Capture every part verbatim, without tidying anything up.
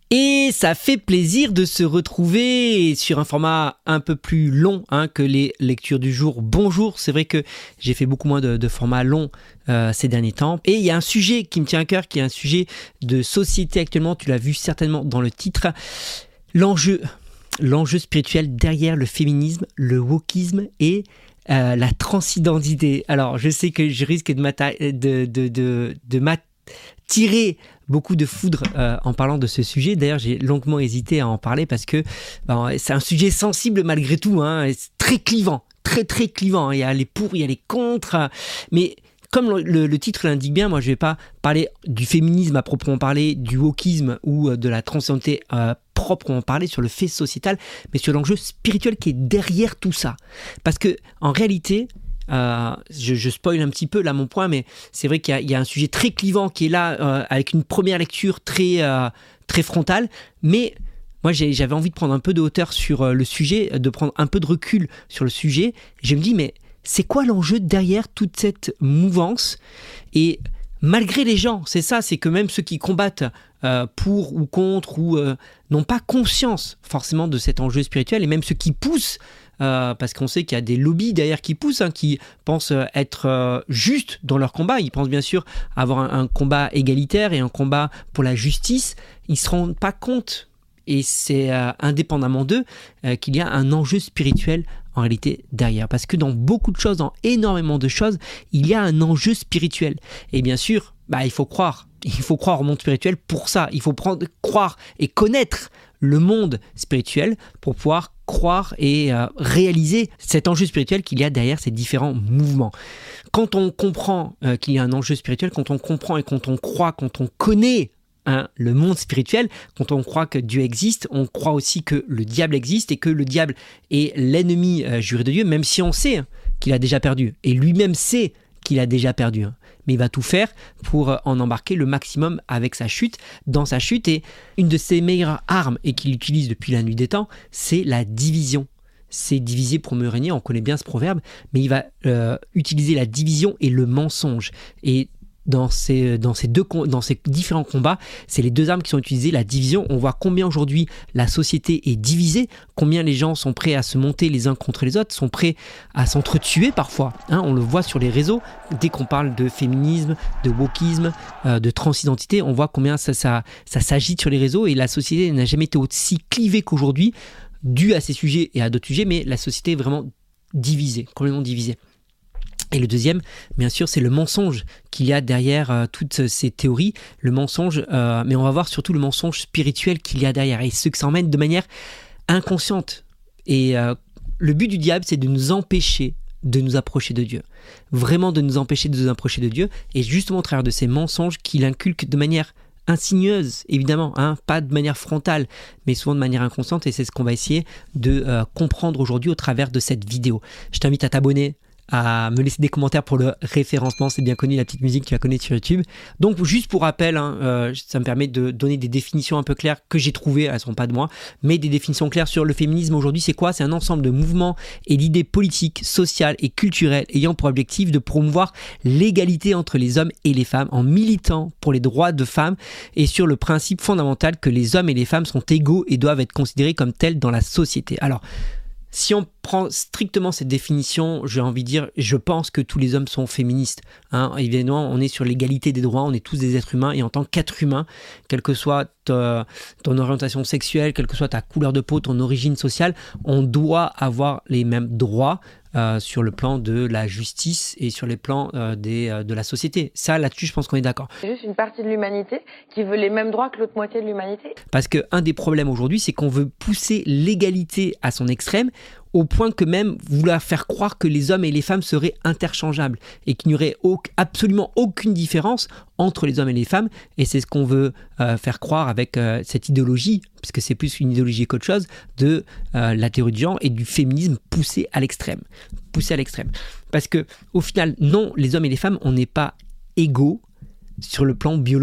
Et ça fait plaisir de se retrouver sur un format un peu plus long hein, que les lectures du jour. Bonjour, c'est vrai que j'ai fait beaucoup moins de, de formats longs euh, ces derniers temps. Et il y a un sujet qui me tient à cœur, qui est un sujet de société actuellement. Tu l'as vu certainement dans le titre. L'enjeu, l'enjeu spirituel derrière le féminisme, le wokisme et euh, la transidentité. Alors, je sais que je risque de m'attirer de, de, de, de m'attirer beaucoup de foudre euh, en parlant de ce sujet. D'ailleurs, j'ai longuement hésité à en parler parce que ben, c'est un sujet sensible malgré tout, hein, très clivant, très très clivant. Il y a les pour, il y a les contre, mais comme le, le, le titre l'indique bien, moi je ne vais pas parler du féminisme à proprement parler, du wokisme ou de la transidentité euh, proprement parler sur le fait sociétal, mais sur l'enjeu spirituel qui est derrière tout ça. Parce que en réalité, Euh, je, je spoil un petit peu là mon point, mais c'est vrai qu'il y a, il y a un sujet très clivant qui est là euh, avec une première lecture très, euh, très frontale, mais moi j'ai, j'avais envie de prendre un peu de hauteur sur euh, le sujet, de prendre un peu de recul sur le sujet. Je me dis mais c'est quoi l'enjeu derrière toute cette mouvance? Et malgré les gens, c'est ça, c'est que même ceux qui combattent euh, pour ou contre ou euh, n'ont pas conscience forcément de cet enjeu spirituel, et même ceux qui poussent Euh, parce qu'on sait qu'il y a des lobbies derrière qui poussent, hein, qui pensent être euh, justes dans leur combat. Ils pensent bien sûr avoir un, un combat égalitaire et un combat pour la justice. Ils ne se rendent pas compte, et c'est euh, indépendamment d'eux, euh, qu'il y a un enjeu spirituel en réalité derrière. Parce que dans beaucoup de choses, dans énormément de choses, il y a un enjeu spirituel. Et bien sûr, bah, il faut croire. Il faut croire au monde spirituel pour ça. Il faut prendre, croire et connaître le monde spirituel pour pouvoir croire et euh, réaliser cet enjeu spirituel qu'il y a derrière ces différents mouvements. Quand on comprend euh, qu'il y a un enjeu spirituel, quand on comprend et quand on croit, quand on connaît hein, le monde spirituel, quand on croit que Dieu existe, on croit aussi que le diable existe et que le diable est l'ennemi euh, juré de Dieu, même si on sait qu'il a déjà perdu. Et lui-même sait qu'il a déjà perdu. Hein. Mais il va tout faire pour en embarquer le maximum avec sa chute, dans sa chute. Et une de ses meilleures armes, et qu'il utilise depuis la nuit des temps, c'est la division. C'est diviser pour mieux régner, on connaît bien ce proverbe, mais il va euh, utiliser la division et le mensonge. Et dans ces, dans, ces deux, dans ces différents combats, c'est les deux armes qui sont utilisées, la division. On voit combien aujourd'hui la société est divisée, combien les gens sont prêts à se monter les uns contre les autres, sont prêts à s'entretuer parfois. Hein, on le voit sur les réseaux, dès qu'on parle de féminisme, de wokisme, euh, de transidentité, on voit combien ça, ça, ça s'agite sur les réseaux, et la société n'a jamais été aussi clivée qu'aujourd'hui, dû à ces sujets et à d'autres sujets, mais la société est vraiment divisée, complètement divisée. Et le deuxième, bien sûr, c'est le mensonge qu'il y a derrière euh, toutes ces théories. Le mensonge, euh, mais on va voir surtout le mensonge spirituel qu'il y a derrière, et ce que ça emmène de manière inconsciente. Et euh, le but du diable, c'est de nous empêcher de nous approcher de Dieu. Vraiment de nous empêcher de nous approcher de Dieu. Et justement au travers de ces mensonges qu'il inculque de manière insigneuse, évidemment, hein, pas de manière frontale, mais souvent de manière inconsciente. Et c'est ce qu'on va essayer de euh, comprendre aujourd'hui au travers de cette vidéo. Je t'invite à t'abonner, à me laisser des commentaires pour le référencement, c'est bien connu, la petite musique, tu la connais sur YouTube. Donc juste pour rappel, hein, euh, ça me permet de donner des définitions un peu claires que j'ai trouvées, elles ne sont pas de moi, mais des définitions claires sur le féminisme aujourd'hui. C'est quoi? C'est un ensemble de mouvements et d'idées politiques, sociales et culturelles ayant pour objectif de promouvoir l'égalité entre les hommes et les femmes en militant pour les droits de femmes et sur le principe fondamental que les hommes et les femmes sont égaux et doivent être considérés comme tels dans la société. Alors, si on prend strictement cette définition, j'ai envie de dire, je pense que tous les hommes sont féministes. Hein. Évidemment, on est sur l'égalité des droits, on est tous des êtres humains, et en tant qu'être humain, quelle que soit ta, ton orientation sexuelle, quelle que soit ta couleur de peau, ton origine sociale, on doit avoir les mêmes droits euh, sur le plan de la justice et sur les plans euh, des, euh, de la société. Ça, là-dessus, je pense qu'on est d'accord. C'est juste une partie de l'humanité qui veut les mêmes droits que l'autre moitié de l'humanité. Parce qu'un des problèmes aujourd'hui, c'est qu'on veut pousser l'égalité à son extrême, au point que même vouloir faire croire que les hommes et les femmes seraient interchangeables et qu'il n'y aurait au- absolument aucune différence entre les hommes et les femmes. Et c'est ce qu'on veut euh, faire croire avec euh, cette idéologie, puisque c'est plus une idéologie qu'autre chose, de euh, la théorie du genre et du féminisme poussé à l'extrême. Poussé à l'extrême. Parce que au final, non, les hommes et les femmes, on n'est pas égaux sur le plan biologique.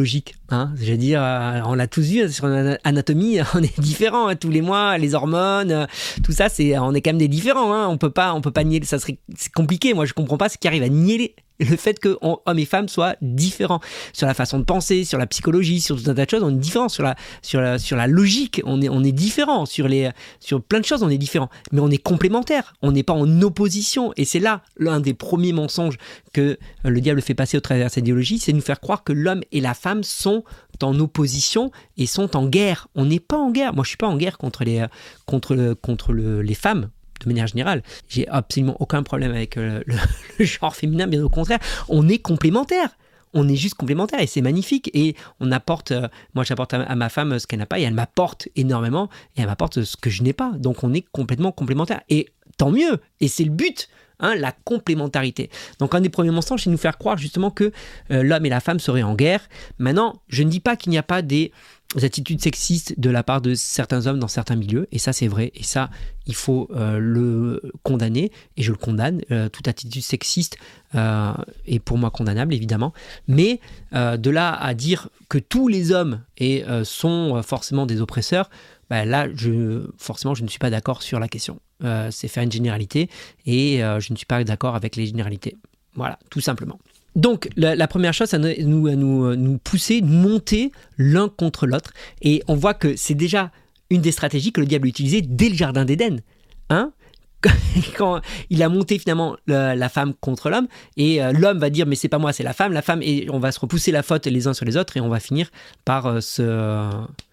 Hein, je veux dire, euh, on l'a tous vu sur l'anatomie, on est différents hein, tous les mois, les hormones, euh, tout ça, c'est, on est quand même des différents. Hein, on peut pas, on peut pas nier, ça serait, c'est compliqué. Moi, je comprends pas ce qui arrive à nier les, le fait que on, hommes et femmes soient différents sur la façon de penser, sur la psychologie, sur tout un tas de choses. On est différents sur la, sur la, sur la logique. On est, on est différents sur les, sur plein de choses. On est différents, mais on est complémentaires. On n'est pas en opposition. Et c'est là l'un des premiers mensonges que le diable fait passer au travers de cette idéologie, c'est de nous faire croire que l'homme et la femme sont en opposition et sont en guerre. On n'est pas en guerre. Moi, je suis pas en guerre contre les, contre le, contre le, les femmes. De manière générale, j'ai absolument aucun problème avec le, le, le genre féminin, bien au contraire, on est complémentaires. On est juste complémentaires et c'est magnifique. Et on apporte, euh, moi j'apporte à, à ma femme ce qu'elle n'a pas et elle m'apporte énormément et elle m'apporte ce que je n'ai pas. Donc on est complètement complémentaires. Et tant mieux. Et c'est le but. Hein, la complémentarité. Donc un des premiers mensonges, c'est de nous faire croire justement que euh, l'homme et la femme seraient en guerre. Maintenant, je ne dis pas qu'il n'y a pas des attitudes sexistes de la part de certains hommes dans certains milieux, et ça c'est vrai, et ça il faut euh, le condamner, et je le condamne. Euh, toute attitude sexiste euh, est pour moi condamnable évidemment, mais euh, de là à dire que tous les hommes et, euh, sont forcément des oppresseurs, bah là je, forcément je ne suis pas d'accord sur la question. Euh, c'est faire une généralité et euh, je ne suis pas d'accord avec les généralités. Voilà, tout simplement. Donc, la, la première chose, c'est à nous, à nous, nous pousser, monter l'un contre l'autre. Et on voit que c'est déjà une des stratégies que le diable a utilisées dès le jardin d'Éden. Hein ? Quand il a monté finalement la, la femme contre l'homme, et euh, l'homme va dire mais c'est pas moi, c'est la femme, la femme, et on va se repousser la faute les uns sur les autres, et on va finir par euh, se... Euh,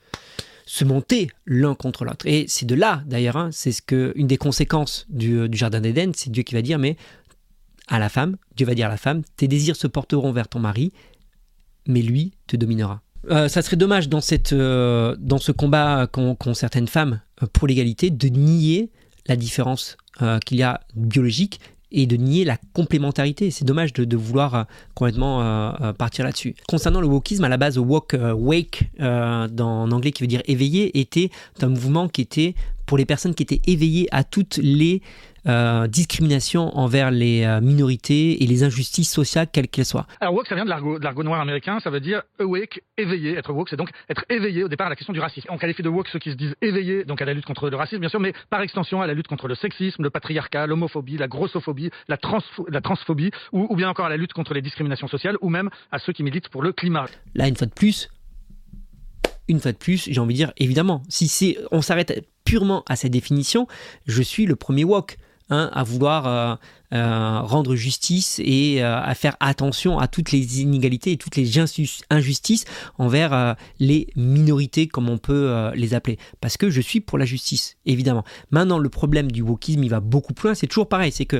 se monter l'un contre l'autre. Et c'est de là, d'ailleurs, hein, c'est ce que, une des conséquences du, du jardin d'Éden, c'est Dieu qui va dire, mais à la femme, Dieu va dire à la femme, tes désirs se porteront vers ton mari, mais lui te dominera. Euh, ça serait dommage dans, cette, euh, dans ce combat qu'ont, qu'ont certaines femmes pour l'égalité de nier la différence euh, qu'il y a biologique et de nier la complémentarité. C'est dommage de, de vouloir euh, complètement euh, partir là-dessus. Concernant le wokisme, à la base, woke, euh, wake, euh, dans, en anglais qui veut dire éveillé, était un mouvement qui était pour les personnes qui étaient éveillées à toutes les euh, discriminations envers les euh, minorités et les injustices sociales, quelles qu'elles soient. Alors woke, ça vient de l'argot, de l'argot noir américain, ça veut dire awake, éveillé. Être woke, c'est donc être éveillé au départ à la question du racisme. On qualifie de woke ceux qui se disent éveillés, donc à la lutte contre le racisme, bien sûr, mais par extension à la lutte contre le sexisme, le patriarcat, l'homophobie, la grossophobie, la, transpho- la transphobie, ou, ou bien encore à la lutte contre les discriminations sociales, ou même à ceux qui militent pour le climat. Là, une fois de plus, une fois de plus, j'ai envie de dire, évidemment, si c'est, on s'arrête purement à cette définition, je suis le premier woke. Hein, à vouloir euh, euh, rendre justice et euh, à faire attention à toutes les inégalités et toutes les injustices envers euh, les minorités, comme on peut euh, les appeler. Parce que je suis pour la justice, évidemment. Maintenant, le problème du wokisme, il va beaucoup plus loin. C'est toujours pareil, c'est que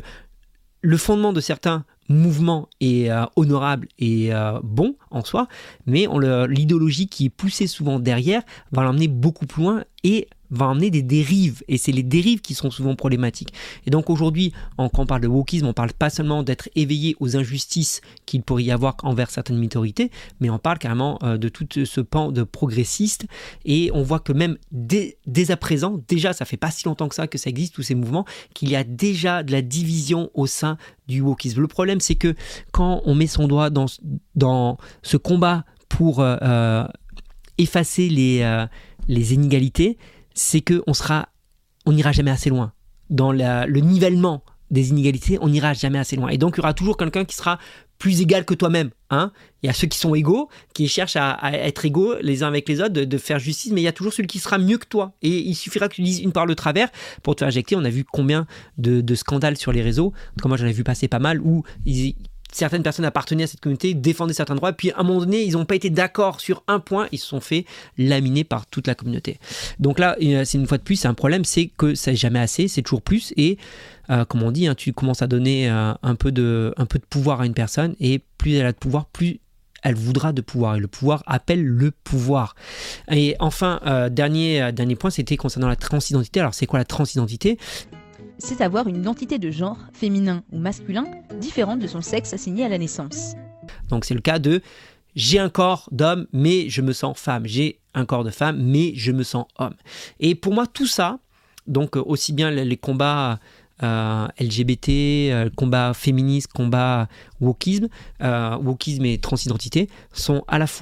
le fondement de certains mouvements est euh, honorable et euh, bon en soi, mais on le, l'idéologie qui est poussée souvent derrière va l'emmener beaucoup plus loin et va emmener des dérives, et c'est les dérives qui sont souvent problématiques. Et donc aujourd'hui, quand on parle de wokisme, on parle pas seulement d'être éveillé aux injustices qu'il pourrait y avoir envers certaines minorités, mais on parle carrément euh, de tout ce pan de progressistes, et on voit que même dès, dès à présent, déjà ça fait pas si longtemps que ça que ça existe, tous ces mouvements, qu'il y a déjà de la division au sein du wokisme. Le problème, c'est que quand on met son doigt dans, dans ce combat pour euh, euh, effacer les, euh, les inégalités, c'est qu'on sera, on n'ira jamais assez loin. Dans la, le nivellement des inégalités, on n'ira jamais assez loin. Et donc, il y aura toujours quelqu'un qui sera plus égal que toi-même. Hein, il y a ceux qui sont égaux, qui cherchent à, à être égaux les uns avec les autres, de, de faire justice, mais il y a toujours celui qui sera mieux que toi. Et il suffira que tu dises une parole de travers pour te faire éjecter. On a vu combien de, de scandales sur les réseaux. En tout cas, moi, j'en ai vu passer pas mal, où ils... certaines personnes appartenaient à cette communauté, défendaient certains droits, puis à un moment donné, ils n'ont pas été d'accord sur un point, ils se sont fait laminer par toute la communauté. Donc là, c'est une fois de plus, c'est un problème, c'est que ça n'est jamais assez, c'est toujours plus, et euh, comme on dit, hein, tu commences à donner euh, un, peu de, un peu de pouvoir à une personne, et plus elle a de pouvoir, plus elle voudra de pouvoir, et le pouvoir appelle le pouvoir. Et enfin, euh, dernier, euh, dernier point, c'était concernant la transidentité. Alors c'est quoi la transidentité ? C'est avoir une identité de genre, féminin ou masculin, différente de son sexe assigné à la naissance. Donc c'est le cas de « j'ai un corps d'homme, mais je me sens femme ». J'ai un corps de femme, mais je me sens homme. Et pour moi, tout ça, donc aussi bien les combats euh, L G B T, euh, combats féministes, combats wokisme, euh, wokisme et transidentité, sont à la fois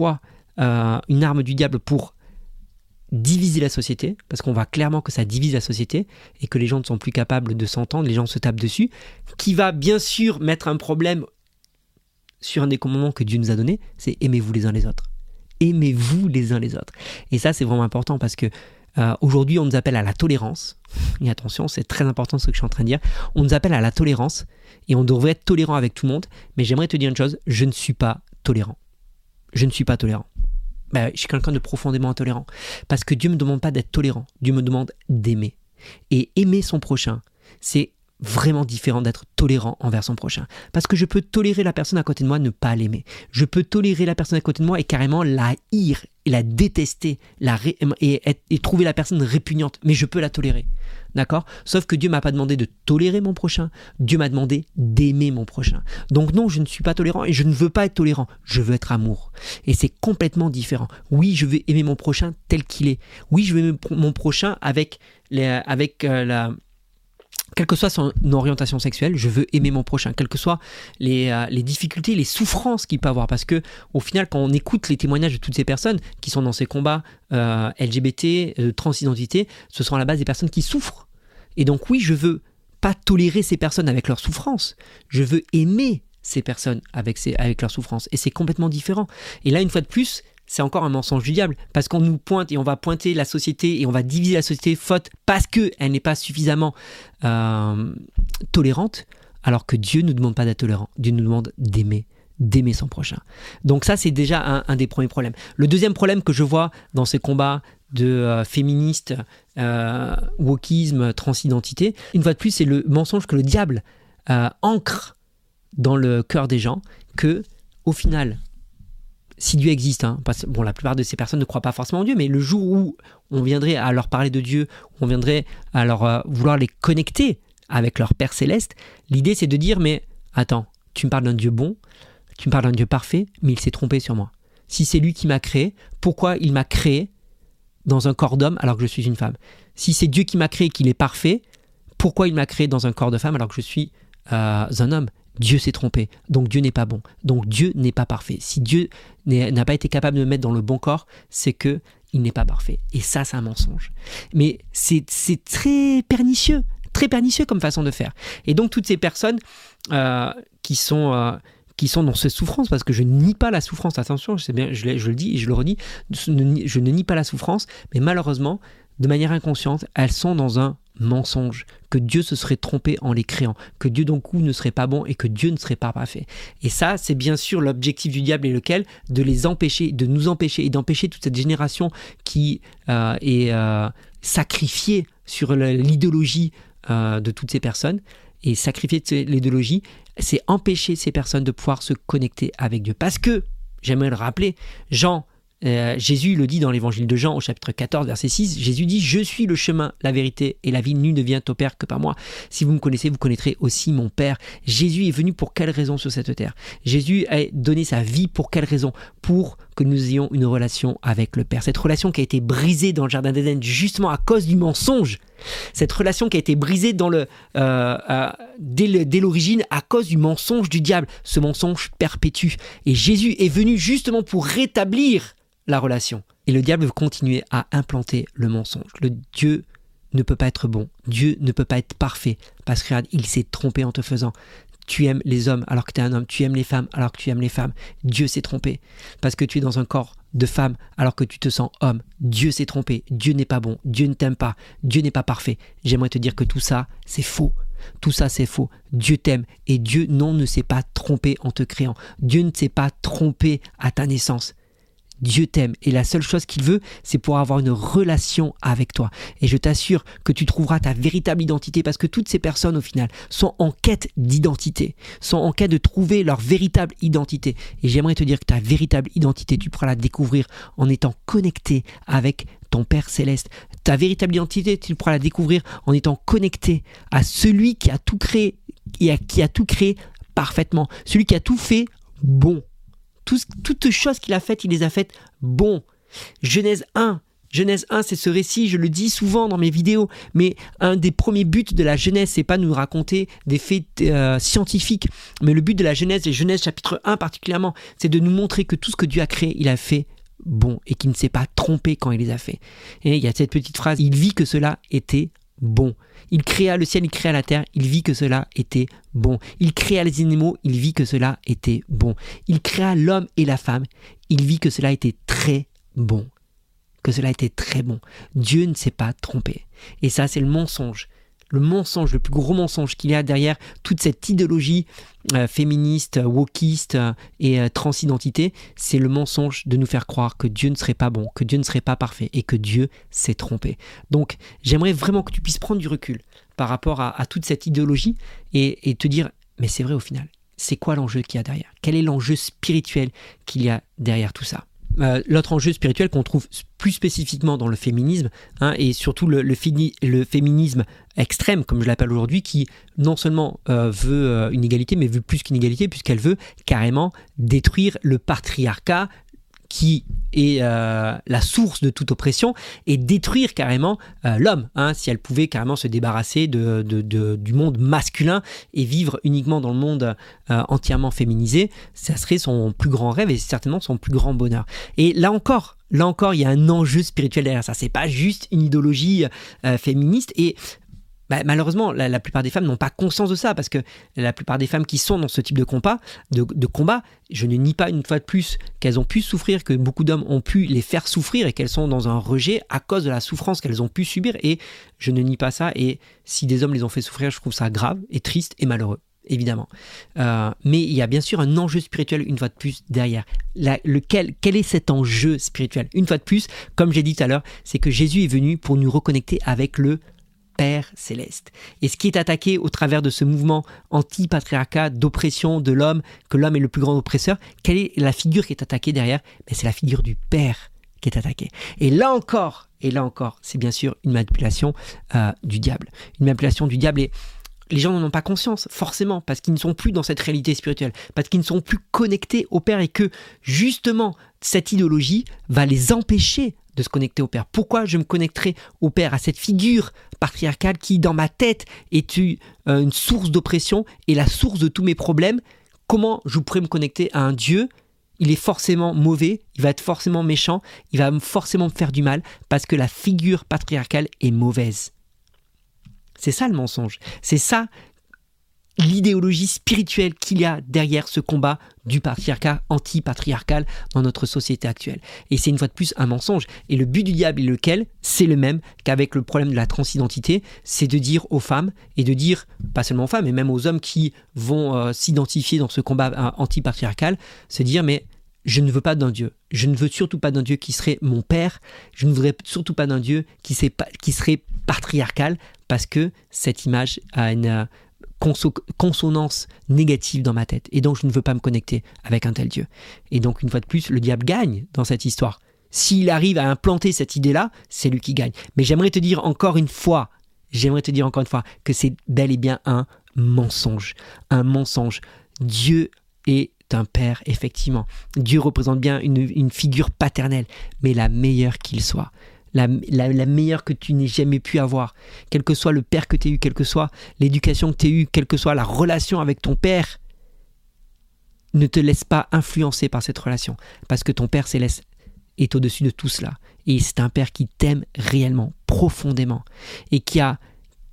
euh, une arme du diable pour diviser la société, parce qu'on voit clairement que ça divise la société et que les gens ne sont plus capables de s'entendre, les gens se tapent dessus, qui va bien sûr mettre un problème sur un des commandements que Dieu nous a donné, c'est aimez-vous les uns les autres. Aimez-vous les uns les autres. Et ça, c'est vraiment important parce que euh, aujourd'hui, on nous appelle à la tolérance. Et attention, c'est très important ce que je suis en train de dire. On nous appelle à la tolérance et on devrait être tolérant avec tout le monde. Mais j'aimerais te dire une chose, je ne suis pas tolérant. Je ne suis pas tolérant. Ben, je suis quelqu'un de profondément intolérant. Parce que Dieu ne me demande pas d'être tolérant. Dieu me demande d'aimer. Et aimer son prochain, c'est vraiment différent d'être tolérant envers son prochain. Parce que je peux tolérer la personne à côté de moi, ne pas l'aimer. Je peux tolérer la personne à côté de moi et carrément la haïr, et la détester, la ré- et, et, et trouver la personne répugnante. Mais je peux la tolérer. D'accord ? Sauf que Dieu ne m'a pas demandé de tolérer mon prochain. Dieu m'a demandé d'aimer mon prochain. Donc non, je ne suis pas tolérant et je ne veux pas être tolérant. Je veux être amour. Et c'est complètement différent. Oui, je veux aimer mon prochain tel qu'il est. Oui, je veux aimer mon prochain avec, les, avec euh, la... Quelle que soit son orientation sexuelle, je veux aimer mon prochain, quelles que soient les, euh, les difficultés, les souffrances qu'il peut avoir. Parce que, au final, quand on écoute les témoignages de toutes ces personnes qui sont dans ces combats euh, L G B T, euh, transidentité, ce sont à la base des personnes qui souffrent. Et donc, oui, je veux pas tolérer ces personnes avec leurs souffrances. Je veux aimer ces personnes avec, ces, avec leurs souffrances. Et c'est complètement différent. Et là, une fois de plus, c'est encore un mensonge du diable, parce qu'on nous pointe et on va pointer la société et on va diviser la société faute parce qu'elle n'est pas suffisamment euh, tolérante, alors que Dieu ne nous demande pas d'être tolérant, Dieu nous demande d'aimer, d'aimer son prochain. Donc ça, c'est déjà un, un des premiers problèmes. Le deuxième problème que je vois dans ces combats de euh, féministes, euh, wokisme, transidentité, une fois de plus, c'est le mensonge que le diable euh, ancre dans le cœur des gens, que au final, si Dieu existe, hein, parce, bon, la plupart de ces personnes ne croient pas forcément en Dieu, mais le jour où on viendrait à leur parler de Dieu, où on viendrait à leur euh, vouloir les connecter avec leur Père Céleste, l'idée c'est de dire, mais attends, tu me parles d'un Dieu bon, tu me parles d'un Dieu parfait, mais il s'est trompé sur moi. Si c'est lui qui m'a créé, pourquoi il m'a créé dans un corps d'homme alors que je suis une femme ? Si c'est Dieu qui m'a créé, qu'il est parfait, pourquoi il m'a créé dans un corps de femme alors que je suis euh, un homme ? Dieu s'est trompé, donc Dieu n'est pas bon, donc Dieu n'est pas parfait. Si Dieu n'a pas été capable de me mettre dans le bon corps, c'est que il n'est pas parfait. Et ça, c'est un mensonge. Mais c'est, c'est très pernicieux, très pernicieux comme façon de faire. Et donc toutes ces personnes euh, qui sont euh, qui sont dans cette souffrance, parce que je ne nie pas la souffrance. Attention, je sais bien, je, je le dis et je le redis, je ne, je ne nie pas la souffrance, mais malheureusement, de manière inconsciente, elles sont dans un mensonge, que Dieu se serait trompé en les créant, que Dieu donc coup ne serait pas bon et que Dieu ne serait pas parfait. Et ça, c'est bien sûr l'objectif du diable, et lequel ? De les empêcher, de nous empêcher et d'empêcher toute cette génération qui euh, est euh, sacrifiée sur l'idéologie euh, de toutes ces personnes. Et sacrifier l'idéologie, c'est empêcher ces personnes de pouvoir se connecter avec Dieu. Parce que, j'aimerais le rappeler, Jean Euh, Jésus le dit dans l'évangile de Jean au chapitre quatorze verset six, Jésus dit « Je suis le chemin, la vérité et la vie, nul ne vient au Père que par moi. Si vous me connaissez, vous connaîtrez aussi mon Père. » Jésus est venu pour quelle raison sur cette terre ? Jésus a donné sa vie pour quelle raison ? Pour que nous ayons une relation avec le Père. Cette relation qui a été brisée dans le jardin d'Éden justement à cause du mensonge. Cette relation qui a été brisée dans le, euh, euh, dès, le, dès l'origine à cause du mensonge du diable. Ce mensonge perpétue. Et Jésus est venu justement pour rétablir la relation. Et le diable veut continuer à implanter le mensonge. Le Dieu ne peut pas être bon. Dieu ne peut pas être parfait. Parce que regarde, il s'est trompé en te faisant. Tu aimes les hommes alors que tu es un homme. Tu aimes les femmes alors que tu aimes les femmes. Dieu s'est trompé. Parce que tu es dans un corps de femme alors que tu te sens homme. Dieu s'est trompé. Dieu n'est pas bon. Dieu ne t'aime pas. Dieu n'est pas parfait. J'aimerais te dire que tout ça, c'est faux. Tout ça, c'est faux. Dieu t'aime. Et Dieu, non, ne s'est pas trompé en te créant. Dieu ne s'est pas trompé à ta naissance. Dieu t'aime et la seule chose qu'il veut, c'est pour avoir une relation avec toi. Et je t'assure que tu trouveras ta véritable identité, parce que toutes ces personnes au final sont en quête d'identité, sont en quête de trouver leur véritable identité. Et j'aimerais te dire que ta véritable identité, tu pourras la découvrir en étant connecté avec ton Père Céleste. Ta véritable identité, tu pourras la découvrir en étant connecté à celui qui a tout créé, qui a, qui a tout créé parfaitement, celui qui a tout fait bon. Tout, toutes choses qu'il a faites, il les a faites bon. Genèse un. Genèse un, c'est ce récit, je le dis souvent dans mes vidéos, mais un des premiers buts de la Genèse, c'est pas nous raconter des faits euh, scientifiques, mais le but de la Genèse, et Genèse chapitre un particulièrement, c'est de nous montrer que tout ce que Dieu a créé, il a fait bons et qui ne s'est pas trompé quand il les a faits. Et il y a cette petite phrase, il vit que cela était bon. Il créa le ciel, il créa la terre, il vit que cela était bon. Il créa les animaux, il vit que cela était bon. Il créa l'homme et la femme, il vit que cela était très bon. Que cela était très bon. Dieu ne s'est pas trompé. Et ça, c'est le mensonge. Le mensonge, le plus gros mensonge qu'il y a derrière toute cette idéologie euh, féministe, wokiste euh, et euh, transidentité, c'est le mensonge de nous faire croire que Dieu ne serait pas bon, que Dieu ne serait pas parfait et que Dieu s'est trompé. Donc, j'aimerais vraiment que tu puisses prendre du recul par rapport à, à toute cette idéologie et, et te dire, mais c'est vrai au final, c'est quoi l'enjeu qu'il y a derrière ? Quel est l'enjeu spirituel qu'il y a derrière tout ça ? Euh, l'autre enjeu spirituel qu'on trouve plus spécifiquement dans le féminisme, hein, et surtout le, le, fini, le féminisme extrême, comme je l'appelle aujourd'hui, qui non seulement euh, veut euh, une égalité, mais veut plus qu'une égalité, puisqu'elle veut carrément détruire le patriarcat, qui est euh, la source de toute oppression, et détruire carrément euh, l'homme, hein, si elle pouvait carrément se débarrasser de, de, de, du monde masculin et vivre uniquement dans le monde euh, entièrement féminisé, ça serait son plus grand rêve et certainement son plus grand bonheur. Et là encore, là encore, il y a un enjeu spirituel derrière ça. C'est pas juste une idéologie euh, féministe et Bah, malheureusement, la, la plupart des femmes n'ont pas conscience de ça parce que la plupart des femmes qui sont dans ce type de combat, de, de combat, je ne nie pas une fois de plus qu'elles ont pu souffrir, que beaucoup d'hommes ont pu les faire souffrir et qu'elles sont dans un rejet à cause de la souffrance qu'elles ont pu subir et je ne nie pas ça et si des hommes les ont fait souffrir, je trouve ça grave et triste et malheureux. Évidemment. Euh, mais il y a bien sûr un enjeu spirituel une fois de plus derrière. La, lequel, quel est cet enjeu spirituel ? Une fois de plus, comme j'ai dit tout à l'heure, c'est que Jésus est venu pour nous reconnecter avec le Père céleste. Et ce qui est attaqué au travers de ce mouvement anti-patriarcat, d'oppression de l'homme, que l'homme est le plus grand oppresseur, quelle est la figure qui est attaquée derrière ? Mais c'est la figure du Père qui est attaquée. Et là encore, et là encore, c'est bien sûr une manipulation euh, du diable. Une manipulation du diable et les gens n'en ont pas conscience, forcément, parce qu'ils ne sont plus dans cette réalité spirituelle, parce qu'ils ne sont plus connectés au Père et que, justement, cette idéologie va les empêcher de se connecter au Père. Pourquoi je me connecterai au Père, à cette figure patriarcale qui, dans ma tête, est une source d'oppression et la source de tous mes problèmes ? Comment je pourrais me connecter à un Dieu ? Il est forcément mauvais, il va être forcément méchant, il va forcément me faire du mal, parce que la figure patriarcale est mauvaise. C'est ça le mensonge. C'est ça l'idéologie spirituelle qu'il y a derrière ce combat du patriarcat anti-patriarcal dans notre société actuelle. Et c'est une fois de plus un mensonge. Et le but du diable est lequel ? C'est le même qu'avec le problème de la transidentité, c'est de dire aux femmes, et de dire, pas seulement aux femmes, mais même aux hommes qui vont euh, s'identifier dans ce combat euh, anti-patriarcal, se dire, mais je ne veux pas d'un Dieu. Je ne veux surtout pas d'un Dieu qui serait mon père. Je ne voudrais surtout pas d'un Dieu qui, qui serait patriarcal, parce que cette image a une euh, conso- consonance négative dans ma tête. Et donc, je ne veux pas me connecter avec un tel Dieu. Et donc, une fois de plus, le diable gagne dans cette histoire. S'il arrive à implanter cette idée-là, c'est lui qui gagne. Mais j'aimerais te dire encore une fois, j'aimerais te dire encore une fois que c'est bel et bien un mensonge. Un mensonge. Dieu est un père, effectivement. Dieu représente bien une, une figure paternelle, mais la meilleure qu'il soit. La, la, la meilleure que tu n'aies jamais pu avoir. Quel que soit le père que tu aies eu, quelle que soit l'éducation que tu aies eue, quelle que soit la relation avec ton père, ne te laisse pas influencer par cette relation. Parce que ton Père céleste est au-dessus de tout cela. Et c'est un Père qui t'aime réellement, profondément. Et qui a,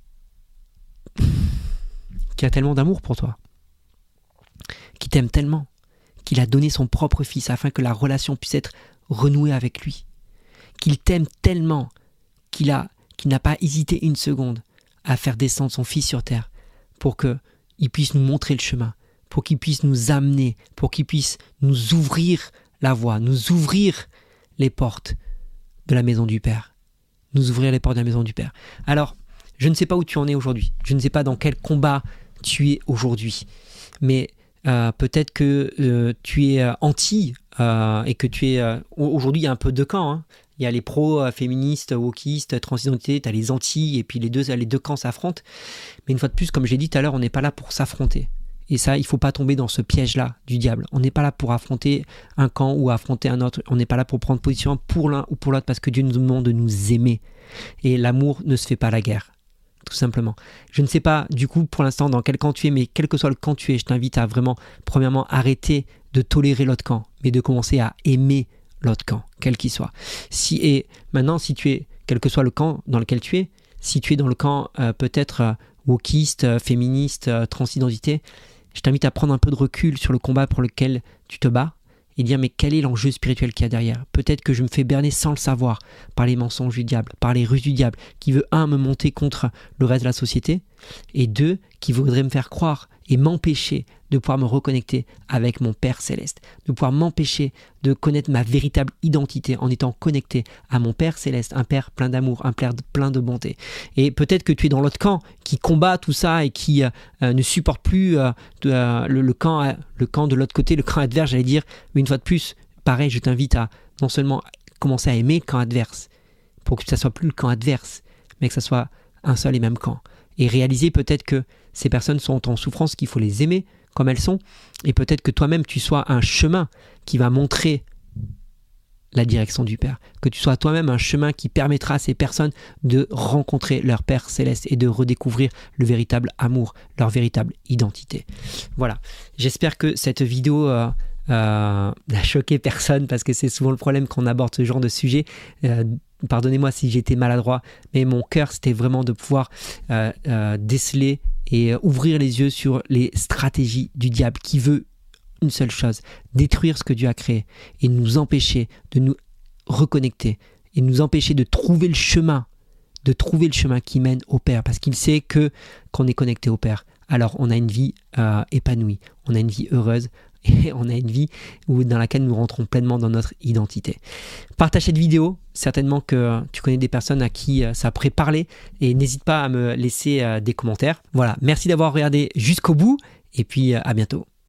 qui a tellement d'amour pour toi. Qui t'aime tellement. Qu'il a donné son propre fils afin que la relation puisse être renouée avec lui. Qu'il t'aime tellement qu'il a, qu'il n'a pas hésité une seconde à faire descendre son fils sur terre pour qu'il puisse nous montrer le chemin, pour qu'il puisse nous amener, pour qu'il puisse nous ouvrir la voie, nous ouvrir les portes de la maison du Père. Nous ouvrir les portes de la maison du Père. Alors, je ne sais pas où tu en es aujourd'hui, je ne sais pas dans quel combat tu es aujourd'hui, mais euh, peut-être que euh, tu es euh, anti euh, et que tu es... Euh, aujourd'hui, il y a un peu deux camps, hein. Il y a les pro-féministes, wokistes, transidentité, tu as les anti, et puis les deux, les deux camps s'affrontent. Mais une fois de plus, comme je l'ai dit tout à l'heure, on n'est pas là pour s'affronter. Et ça, il ne faut pas tomber dans ce piège-là du diable. On n'est pas là pour affronter un camp ou affronter un autre. On n'est pas là pour prendre position pour l'un ou pour l'autre, parce que Dieu nous demande de nous aimer. Et l'amour ne se fait pas la guerre, tout simplement. Je ne sais pas, du coup, pour l'instant, dans quel camp tu es, mais quel que soit le camp tu es, je t'invite à vraiment, premièrement, arrêter de tolérer l'autre camp, mais de commencer à aimer l'autre camp, quel qu'il soit. Si, et maintenant, si tu es, quel que soit le camp dans lequel tu es, si tu es dans le camp euh, peut-être euh, wokiste, euh, féministe, euh, transidentité, je t'invite à prendre un peu de recul sur le combat pour lequel tu te bats et dire mais quel est l'enjeu spirituel qu'il y a derrière. Peut-être que je me fais berner sans le savoir par les mensonges du diable, par les ruses du diable, qui veut un, me monter contre le reste de la société, et deux, qui voudrait me faire croire et m'empêcher de pouvoir me reconnecter avec mon Père Céleste, de pouvoir m'empêcher de connaître ma véritable identité en étant connecté à mon Père Céleste, un Père plein d'amour, un Père plein de bonté. Et peut-être que tu es dans l'autre camp qui combat tout ça et qui euh, ne supporte plus euh, de, euh, le, le, camp, euh, le camp de l'autre côté, le camp adverse, j'allais dire, une fois de plus, pareil, je t'invite à non seulement commencer à aimer le camp adverse, pour que ça soit plus le camp adverse, mais que ça soit un seul et même camp. Et réaliser peut-être que ces personnes sont en souffrance, qu'il faut les aimer comme elles sont, et peut-être que toi-même tu sois un chemin qui va montrer la direction du Père, que tu sois toi-même un chemin qui permettra à ces personnes de rencontrer leur Père Céleste et de redécouvrir le véritable amour, leur véritable identité. Voilà, j'espère que cette vidéo euh, euh, n'a choqué personne, parce que c'est souvent le problème quand on aborde ce genre de sujet. Euh, Pardonnez-moi si j'étais maladroit, mais mon cœur, c'était vraiment de pouvoir euh, euh, déceler et euh, ouvrir les yeux sur les stratégies du diable qui veut une seule chose, détruire ce que Dieu a créé et nous empêcher de nous reconnecter et nous empêcher de trouver le chemin, de trouver le chemin qui mène au Père, parce qu'il sait que qu'on est connecté au Père, alors on a une vie euh, épanouie, on a une vie heureuse, et on a une vie où, dans laquelle nous rentrons pleinement dans notre identité. Partage cette vidéo, certainement que tu connais des personnes à qui ça pourrait parler, et n'hésite pas à me laisser des commentaires. Voilà, merci d'avoir regardé jusqu'au bout, et puis à bientôt.